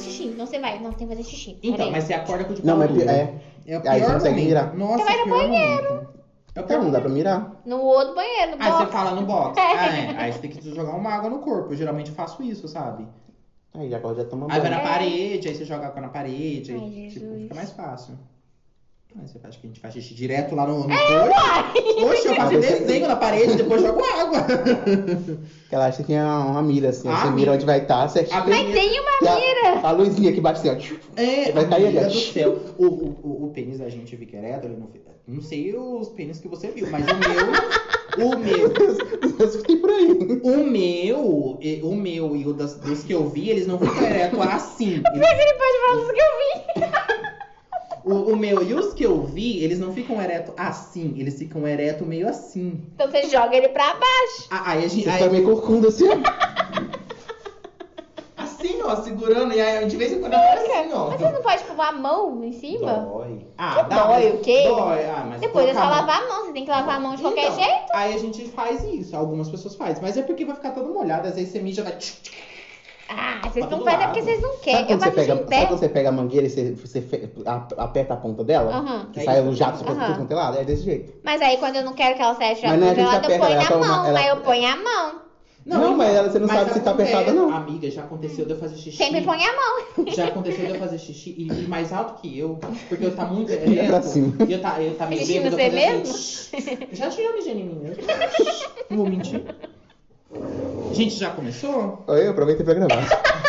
xixi. Não, você vai. Não, tem que fazer xixi. Então, mas você acorda com o de Não, pau mas duro. é o aí você pior consegue momento. mirar. Nossa, Você vai no o pior momento. É o pior Então, não dá pra momento. mirar. No outro banheiro, no Aí box. você fala no box. Aí você tem que jogar uma água no corpo. Eu geralmente faço isso, sabe? Aí agora já toma Aí vai banho. na parede, aí você joga água na parede. Ai, Aí, tipo, Jesus. fica mais fácil. Aí você faz que a gente faz xixi direto lá no coxo. Oxe, eu faço um Mas você- desenho na parede e depois jogo água. Porque ela acha que é uma mira, assim. Ah, Você mira onde vai estar, você A Mas tem uma E mira. a luzinha que bate assim, ó. É, Vai cair amiga ali, ó. do céu. O pênis da gente fica ereto, ele não sei os pênis que você viu, mas o meu Eu fiquei por aí. o meu e dos que eu vi, eles não ficam eretos assim. Mas ele pode falar isso que eu vi. O meu e os que eu vi, eles não ficam ereto assim, eles ficam ereto meio assim. Então você joga ele pra baixo. Aí a gente. Você fica meio corcunda assim, ó. Assim, ó, segurando, e aí de vez em quando aparece assim, ó. Mas você não pode pôr a mão em cima? Dói. Que dá, dói, mas- o quê? Dói, mas Depois é colocar só a mão- lavar a mão. Você tem que lavar a mão de qualquer Então, jeito. Aí a gente faz isso, algumas pessoas fazem, mas é porque vai ficar todo molhado, às vezes você mija, vai. Ah, vocês Pra não todo fazem é lado. porque vocês não Sabe querem. Eu quando, você faço pega, xixi em sabe pé. quando você pega a mangueira e você aperta a ponta dela? Aham. Que É sai isso. o jato, você Aham. faz tudo quanto é lado? É desse jeito. Mas aí quando eu não quero que ela saia Mas não é a gente congelada, eu aperta, ponho ela na toma- mão. ela- Aí eu ponho a mão. Não, mas você não sabe se tá acontece- apertada, não. Amiga, já aconteceu de eu fazer xixi. Sempre põe a mão. Já aconteceu de eu fazer xixi e ir mais alto que eu, porque eu tá muito Vira pra ereto. cima. E eu tá meio Xixi no bêbado, eu você fazer assim, já tinha mijado em mim mesmo. Não vou mentir. Gente, já começou? Olha, eu aproveitei pra gravar.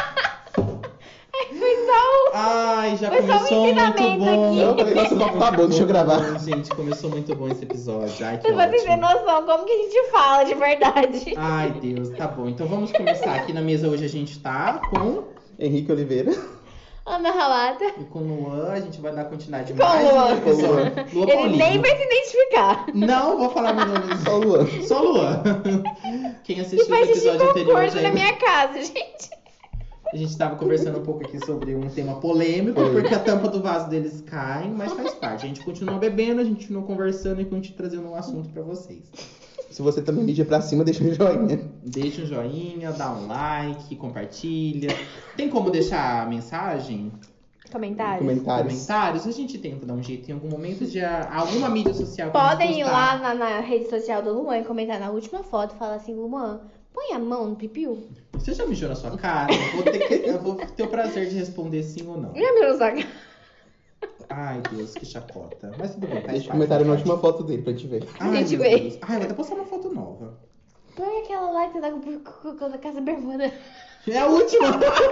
Foi só Ai, já Foi só um começou muito ensinamento bom. aqui. Eu falei, nossa, o papo tá bom, deixa eu gravar. Bom, gente, começou muito bom esse episódio. Ai, que Pra vocês terem ótimo. noção como que a gente fala de verdade. Ai, Deus, tá bom. Então vamos começar. Aqui na mesa hoje a gente tá com Henrique Oliveira. Ana Ralata. e com o Luan. A gente vai dar continuidade Com o mais Luan. um episódio. Luan Ele Paulino. nem vai se identificar. Não vou falar meu nome. Só o Luan. Só Luan. Quem E assistiu o faz xixi episódio com anterior corpo já na minha casa, gente. A gente tava conversando um pouco aqui sobre um tema polêmico, porque a tampa do vaso deles cai, mas faz parte. A gente continua bebendo, a gente continua conversando e continua trazendo um assunto pra vocês. Se você também mídia pra cima, deixa um joinha. Deixa um joinha, dá um like, compartilha. Tem como deixar mensagem? Comentários. Comentários. Comentários? A gente tenta dar um jeito em algum momento de alguma mídia social que a Podem gente ir postar. lá na rede social do Luan e comentar na última foto e falar assim, Luan, põe a mão no pipiu. Você já mijou na sua cara? Eu vou ter o prazer de responder sim ou não. Já me usar. Ai, Deus, que chacota. Mas tudo bem, faz Deixa parte, comentário na faz parte. última foto dele pra gente ver. Ai, gente meu vê. Deus. Ai, eu vou até postar uma foto nova. Põe aquela lá que você tá com a casa bermuda. É a última!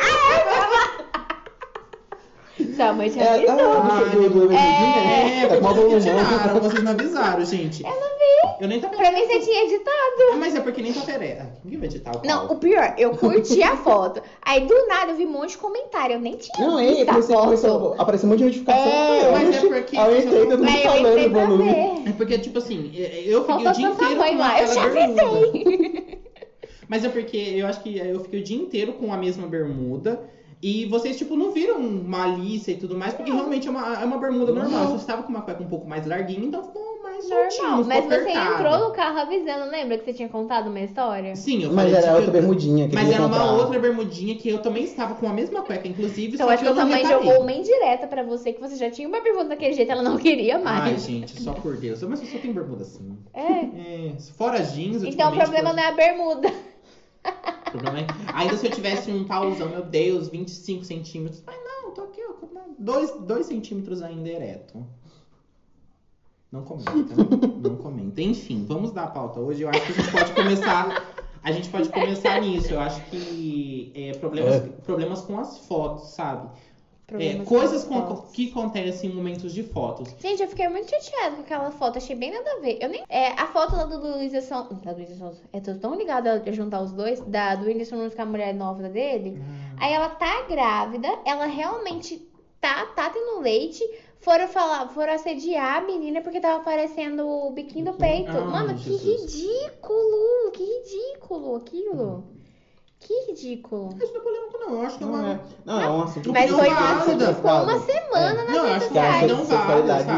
Sua mãe te avisou. Do É, tá com uma vocês não bolumão. tiraram, vocês não avisaram, gente. Eu não vi. Eu nem tava. Pra mim você tinha editado. Mas é porque nem tava ereta. Ninguém vai editar o Não, pau. o pior, eu curti a foto. Aí do nada eu vi um monte de comentário. Eu nem tinha Não, visto a começou a aparecer um monte de notificação. É, mas é porque- Aí eu entrei, todo mundo Aí eu falando entrei o pra volume. ver. É porque, tipo assim, eu fiquei Faltou o dia sua inteiro mãe com lá. Eu aquela já bermuda. avisei. Mas é porque eu acho que eu fiquei o dia inteiro com a mesma bermuda. E vocês, tipo, não viram malícia e tudo mais, porque realmente é uma bermuda normal. Você estava com uma cueca um pouco mais larguinha, então ficou mais soltinho, Normal. ficou Mas você apertado. entrou no carro avisando, lembra que você tinha contado uma história? Sim, eu Mas falei, era tipo, outra bermudinha que Mas ele ia era uma comprar. outra bermudinha que eu também estava com a mesma cueca, inclusive, Então só acho que que eu a sua não mãe reparei. jogou uma indireta pra você, que você já tinha uma bermuda daquele jeito, ela não queria Ai, mais. gente, só por Deus. Mas eu só tenho bermuda assim. É. Fora jeans, Então o problema não é a bermuda. O problema é... Ainda se eu tivesse um pauzão, meu Deus, 25 centímetros. Mas não, tô aqui, ó. 2 centímetros ainda ereto. Não comenta, não comenta. Enfim, vamos dar a pauta hoje. Eu acho que a gente pode começar... A gente pode começar nisso. Eu acho que problemas com as fotos, sabe? Problemas Coisas com as fotos. que acontecem em momentos de fotos. Gente, eu fiquei muito chateada com aquela foto, achei bem nada a ver. Eu nem... a foto lá do Luísa Sonza. Da Luísa Sonza. Eu tô tão ligada a juntar os dois. Do Whindersson Nunes com a mulher nova dele. Aí ela tá grávida, ela realmente tá tendo leite. Foram assediar a menina porque tava aparecendo o biquinho do peito. Ah, Mano, que Jesus. ridículo aquilo. Que ridículo. Isso não é polêmico, não. Eu acho que é Não uma... é. Não, é um assunto. Mas Opinião foi válida. ficou uma semana Não, eu nas acho redes que é uma sociais. opinião válida, sexualidade sabe?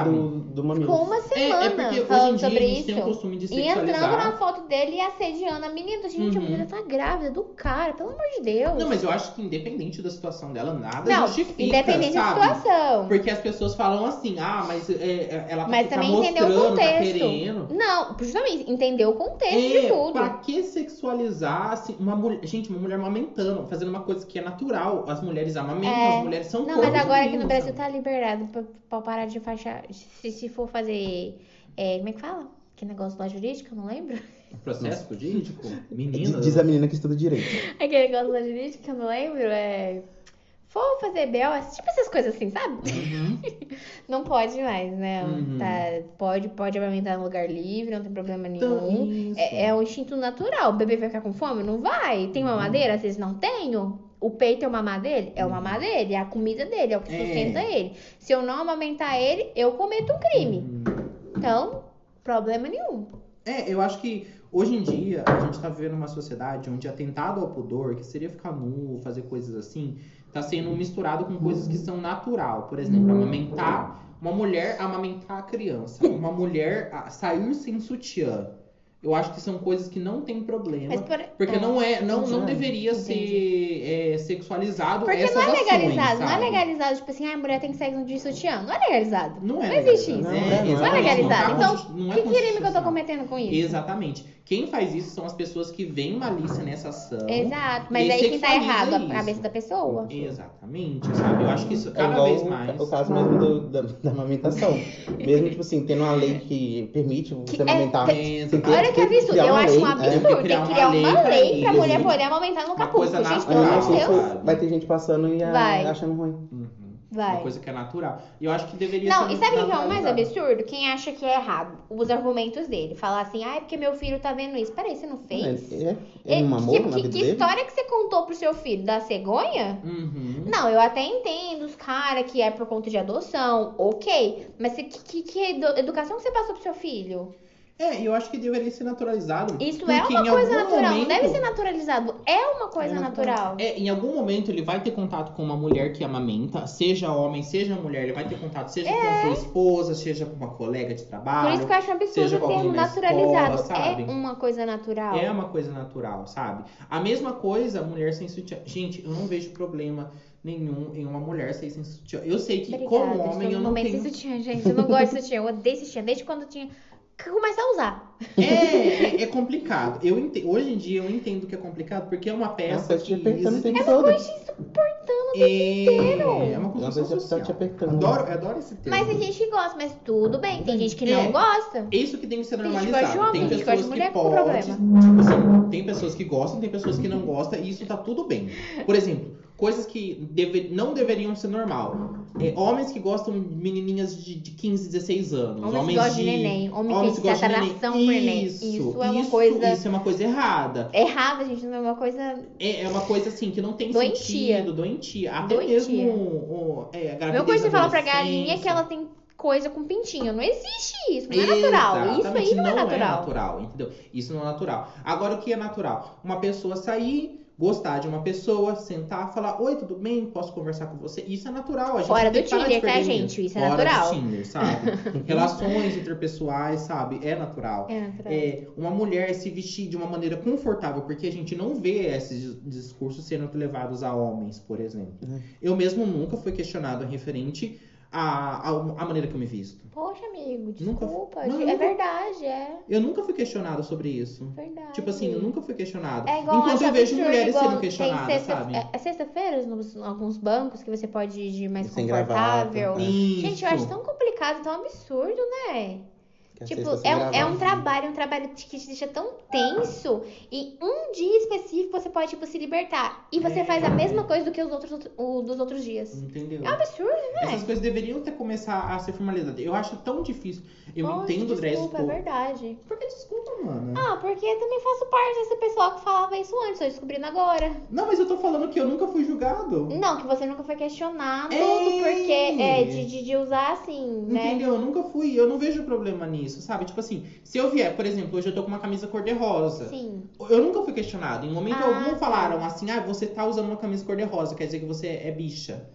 do mamilo. Ficou uma semana É porque hoje em falando dia a sobre gente isso. tem o costume de E entrando na sexualizar. foto dele e assediando a menina. Gente, a menina tá grávida do cara, pelo amor de Deus. Não, mas eu acho que independente da situação dela, nada Não, justifica, independente da sabe? situação. Porque as pessoas falam assim, mas ela Mas tá também entender o mostrando, tá contexto. querendo. Não, justamente, entender o contexto de tudo. Pra que sexualizar assim, uma mulher, gente, uma mulher amamentando, fazendo uma coisa que é natural. As mulheres amamentam, as mulheres são Não, corpos mas agora aqui vivos, no Brasil sabe? tá liberado pra parar de fachar. Se for fazer. Como é que fala? Que negócio lá jurídico, eu não lembro. Processo jurídico? Menina. Diz a menina que estuda direito. Aquele negócio lá jurídico que eu não lembro. For fazer BO, tipo essas coisas assim, sabe? Uhum. Não pode mais, né? Uhum. Tá, pode amamentar no lugar livre, não tem problema Então, nenhum. isso. É um instinto natural. O bebê vai ficar com fome? Não vai. Tem mamadeira? Às vezes não tenho. O peito é o mamar dele? É o mamar dele. É a comida dele, é o que sustenta ele. Se eu não amamentar ele, eu cometo um crime. Então, problema nenhum. Eu acho que hoje em dia a gente tá vivendo uma sociedade onde atentado ao pudor, que seria ficar nu, fazer coisas assim, tá sendo misturado com coisas que são natural. Por exemplo, amamentar, uma mulher amamentar a criança, uma mulher sair sem sutiã. Eu acho que são coisas que não tem problema. Mas Porque não Entendi. deveria ser sexualizado Porque essas não é legalizado. ações, Não é sabe? legalizado, tipo assim, a mulher tem sexo de sutiã. Não é legalizado. Não é existe legalizado. isso. Não é Não exatamente, é legalizado. não Então, tá não é que crime que eu tô constitucional. cometendo com isso? Exatamente. Quem faz isso são as pessoas que veem malícia nessa ação. Exato. Mas e aí quem tá sexualiza errado? A isso. cabeça da pessoa. Exatamente, sabe? Eu acho que isso É cada igual vez mais. o caso mesmo da amamentação. Mesmo, tipo assim, tendo uma lei que permite você amamentar. tem- você tem- Olha que tem absurdo. criar Eu uma acho lei, um absurdo. Tem que criar uma lei pra isso. mulher poder amamentar no Uma capuz. coisa Gente, Aí, pelo amor não, de Deus. sabe? vai ter gente passando e Vai. achando ruim. Uhum. Vai. Uma coisa que é natural. E eu acho que deveria Não, ser e sabe o que é o mais naturalizado. absurdo? Quem acha que é errado, os argumentos dele. Falar assim, é porque meu filho tá vendo isso. Peraí, você não fez? Ele não mamou na vida que dele? história que você contou pro seu filho? Da cegonha? Uhum. Não, eu até entendo os caras que é por conta de adoção, ok. Mas que educação que você passou pro seu filho? E eu acho que deveria ser naturalizado. Isso porque é uma em coisa algum natural, não momento- deve ser naturalizado. É uma coisa natural. Em algum momento ele vai ter contato com uma mulher que amamenta, seja homem, seja mulher, ele vai ter contato, seja com a sua esposa, seja com uma colega de trabalho. Por isso que eu acho um absurdo seja o com termo alguém na naturalizado. escola, sabe? É uma coisa natural. É uma coisa natural, sabe? A mesma coisa, mulher sem sutiã. Gente, eu não vejo problema nenhum em uma mulher sair sem sutiã. Eu sei que Obrigada, como estou homem eu no não momento tenho... sem sutiã, gente. Eu não gosto de sutiã, eu odeio sutiã. Desde quando eu tinha que começar a usar. É complicado. Hoje em dia eu entendo que é complicado, porque é uma peça Nossa, te que... apertando o tempo É uma todo. coisa insuportável. É uma Uma construção coisa tá te social. apertando. Adoro esse termo. Mas tem gente que gosta, mas tudo bem. Tem gente que não gosta. Isso que tem que ser Tem gente que normalizado. gosta de homem, Tem tem gente que gosta pessoas de mulher que com podem, problema. tipo assim, tem pessoas que gostam, tem pessoas que não gostam, e isso tá tudo bem. Por exemplo, coisas que não deveriam ser normal. Homens que gostam de menininhas de 15, 16 anos. Homens que gostam de neném. Homens que gostam de atração por neném. Isso é uma coisa Isso é uma coisa errada. errada, gente. Não é uma coisa... É uma coisa assim que não tem Doentia. sentido, doentia. Até Doentia. mesmo a gravidez Meu coisa de falar pra adolescência. galinha que ela tem coisa com pintinho. Não existe isso. Não é natural. Isso Exatamente, aí não é natural. entendeu? Isso não é natural. Agora, o que é natural? Uma pessoa sair, gostar de uma pessoa, sentar, falar, oi, tudo bem? Posso conversar com você? Isso é natural. A gente Fora tem do que parar de Tinder, tá, perder gente? nisso. Isso é Fora natural. do Tinder, sabe? Relações interpessoais, sabe? É natural. É natural. Uma mulher se vestir de uma maneira confortável, porque a gente não vê esses discursos sendo levados a homens, por exemplo. Eu mesmo nunca fui questionado referente à maneira que eu me visto. Poxa, amigo, Nunca- desculpa. não, É nunca- verdade, é Eu nunca fui questionado sobre isso. verdade. Tipo assim, eu nunca fui questionado. É igual Enquanto acho eu vejo absurdo, mulheres igual sendo tem questionadas, sabe? É sexta-feira em alguns bancos que você pode ir de mais Sem confortável. gravata. Isso. Gente, eu acho tão complicado, tão absurdo, né? Que a Tipo, sexta sem é gravata. um trabalho que te deixa tão tenso e um dia específico você pode, tipo, se libertar. E você faz a mesma coisa do que dos outros dias. Entendeu? É um absurdo, né? Essas coisas deveriam começar a ser formalizadas. Eu acho tão difícil. Eu Poxa, entendo o dress desculpa, é code. verdade. Por que desculpa, mano? Ah, porque eu também faço parte desse pessoal que falava isso antes, tô descobrindo agora. Não, mas eu tô falando que eu nunca fui julgado. Não, que você nunca foi questionado É. do porquê de usar assim, né? Entendeu? Eu nunca fui. Eu não vejo problema nisso, sabe? Tipo assim, se eu vier, por exemplo, hoje eu tô com uma camisa cor-de-rosa. Sim. Eu nunca fui questionado. Em momento Ah, algum tá. falaram assim, você tá usando uma camisa cor-de-rosa, quer dizer que você é bicha.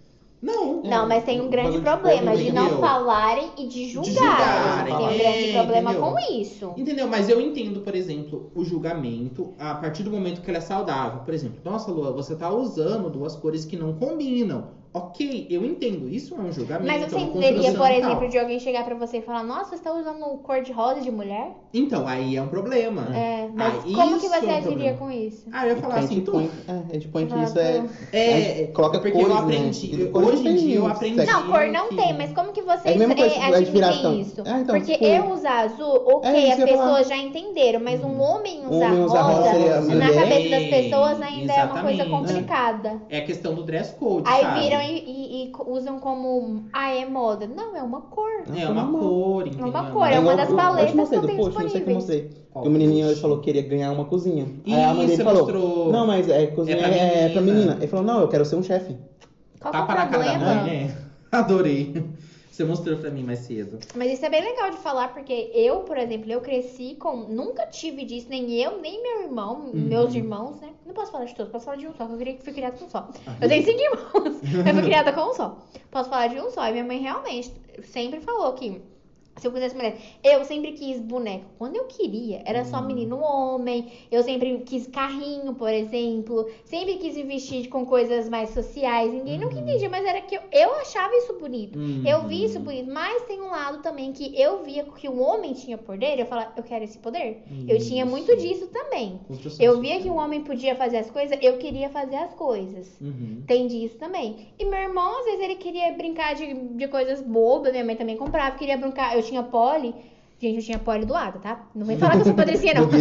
Não, mas tem um grande bagulho de problema povo, de entendeu? não falarem e de julgarem. julgarem, Tem um grande problema entendeu? com isso. Entendeu? Mas eu entendo, por exemplo, o julgamento a partir do momento que ele é saudável. Por exemplo, nossa, Lua, você tá usando duas cores que não combinam. Ok, eu entendo. Isso é um julgamento. Mas você é uma entenderia, construção por e tal. exemplo, de alguém chegar pra você e falar, nossa, você tá usando cor de rosa de mulher? Então, aí é um problema. Mas Ah, como que isso você é um agiria problema. com isso? Ah, eu ia falar assim, tu... A gente põe que Ah, isso é... tu- a gente coloca porque cores, eu né? aprendi. Porque cores Hoje em tem dia eu sexo. aprendi. Não, cor não que- tem, mas como que vocês É a mesma coisa, tipo, a admitem admiração. isso? Então, Porque tipo, eu usar azul, ok, é isso as que eu ia falar. pessoas já entenderam, mas um homem usar homem usar rosa seria rosa, na mulher. cabeça das pessoas ainda é uma coisa Exatamente. complicada. É a questão do dress code, Aí sabe? viram e usam como, é moda. Não, é uma cor. É uma cor, entendeu? uma cor, é uma das paletas Eu te mostrei que eu do tenho post, não sei o que eu disponíveis. mostrei. Qual Que o menininho post? ele falou que queria ganhar uma cozinha. Aí a mãe Isso, dele falou, mostrou. não, mas cozinha É é pra pra menina. Ele falou, não, eu quero ser um chefe. Qual que é o Tapa na cara da problema? mãe, né? Adorei. Você mostrou pra mim mais cedo. Mas isso é bem legal de falar, porque eu, por exemplo, eu cresci com... Nunca tive disso, nem eu, nem meu irmão, meus irmãos, né? Não posso falar de todos, posso falar de um só, que eu fui criada com um só. Eu tenho 5 irmãos, eu fui criada com um só. Posso falar de um só. E minha mãe realmente sempre falou que... Se eu quisesse mulher, eu sempre quis boneco. Quando eu queria, era só menino homem. Eu sempre quis carrinho, por exemplo. Sempre quis me vestir com coisas mais sociais. Ninguém nunca entendia, mas era que eu achava isso bonito. Eu vi isso bonito. Mas tem um lado também que eu via que o homem tinha poder. Eu falava, eu quero esse poder. Eu tinha muito disso também. Construção Eu via social. que o homem podia fazer as coisas, eu queria fazer as coisas. Tem disso também. E meu irmão, às vezes, ele queria brincar de coisas bobas. Minha mãe também comprava. Queria brincar. Eu tinha poli. Gente, eu tinha poli doada, tá? Não vem falar que eu sou patricinha, não.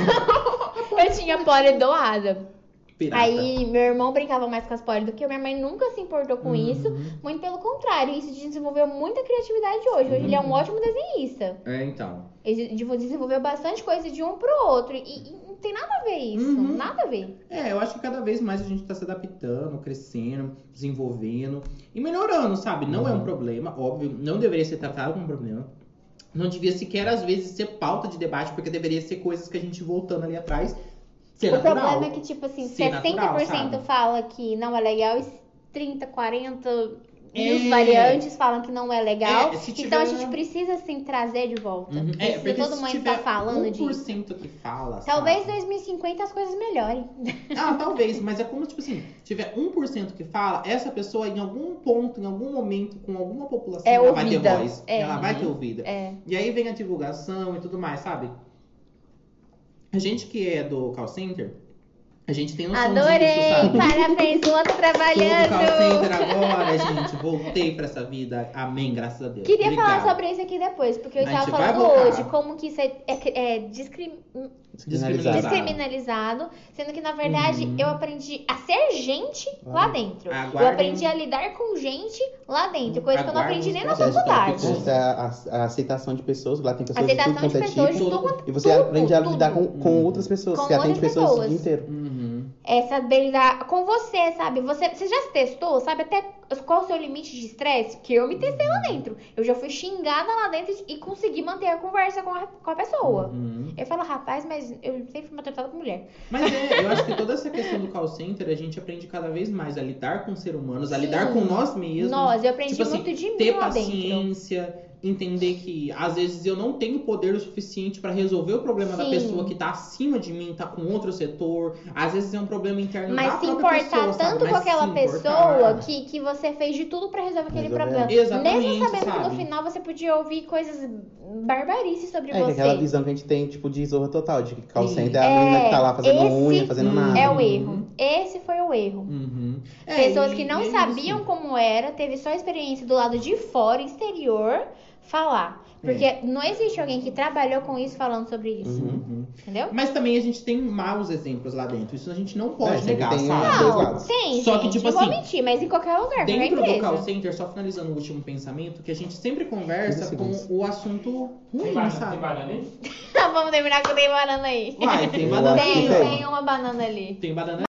Eu tinha poli doada. Pirata. Aí, meu irmão brincava mais com as poli do que eu. Minha mãe nunca se importou com isso. Muito pelo contrário. Isso desenvolveu muita criatividade hoje. Hoje ele é um ótimo desenhista. É, então. Ele desenvolveu bastante coisa de um pro outro. E não tem nada a ver isso. Nada a ver. É, eu acho que cada vez mais a gente tá se adaptando, crescendo, desenvolvendo e melhorando, sabe? Não é um problema, óbvio. Não deveria ser tratado como um problema. Não devia sequer, às vezes, ser pauta de debate, porque deveria ser coisas que a gente voltando ali atrás. Ser O natural. problema é que, tipo assim, Ser 60% natural, sabe? fala que não é legal e 30, 40 É. os variantes falam que não é legal. É, se tiver- Então a gente precisa, assim, trazer de volta. É, Precisa porque todo se mundo tiver estar falando disso. 1% que fala, Talvez em sabe? 2050 as coisas melhorem. Ah, talvez, mas é como, tipo assim, tiver 1% que fala, essa pessoa em algum ponto, em algum momento, com alguma população, É ela vai ter ouvida. voz. É. Ela vai ter ouvida. É. E aí vem a divulgação e tudo mais, sabe? A gente que é do call center, a gente tem noção Adorei! disso, sabe? Parabéns, Luan, tá Sou do call trabalhando! center agora, gente. Voltei pra essa vida. Amém, graças a Deus. Queria Obrigado. falar sobre isso aqui depois, porque eu A tava gente vai falando voltar. hoje como que isso é Descriminalizado. descriminalizado, sendo que na verdade eu aprendi a ser gente lá dentro. Eu Aguardem. aprendi a lidar com gente lá dentro, coisa que eu não Aguardem aprendi nem na os Você faculdade. conquista a aceitação de pessoas, lá tem pessoas de Aceitação tudo quanto de é pessoas tipo. de tudo, E você aprende a lidar tudo. com outras pessoas. Com Você atende outras pessoas o pessoas. dia inteiro. É saber lidar com você, sabe? Você já se testou, sabe? Até qual o seu limite de estresse? Que eu me testei lá dentro. Eu já fui xingada lá dentro e consegui manter a conversa com a pessoa. Eu falo, rapaz, mas eu sempre fui maltratada por mulher. Mas eu acho que toda essa questão do call center, a gente aprende cada vez mais a lidar com seres humanos, a Sim. lidar com nós mesmos. Nós, eu aprendi Tipo assim, muito de mim ter lá dentro. paciência, entender que às vezes eu não tenho poder o suficiente pra resolver o problema da Sim. pessoa que tá acima de mim, tá com outro setor. Às vezes é um problema interno da Mas se própria importar pessoa, sabe? tanto com Mas aquela se pessoa importar. que você fez de tudo pra resolver aquele Resolver. problema. Exatamente, Mesmo sabendo que sabe? no final você podia ouvir coisas barbarices sobre É, que é você. aquela visão que a gente tem, tipo, de zorra total, de que call Sim. center é a menina que tá lá fazendo esse unha, fazendo nada. É o erro. Esse foi o erro. Pessoas que não e é sabiam isso. como era, teve só experiência do lado de fora, exterior, falar. Porque não existe alguém que trabalhou com isso falando sobre isso. Entendeu? Mas também a gente tem maus exemplos lá dentro. Isso a gente não pode sempre negar, tem sabe? dois Não, lados. tem, Só gente. que, tipo não vou assim, mentir, mas em qualquer lugar, qualquer Dentro do empresa. call center, só finalizando o último pensamento, que a gente sempre conversa 15 com segundos. o assunto Tem ruim, banana, sabe? tem banana aí? Vamos terminar com tem banana aí. Uai, tem Eu banana. acho que Tem, tem. tem uma banana ali. Tem banana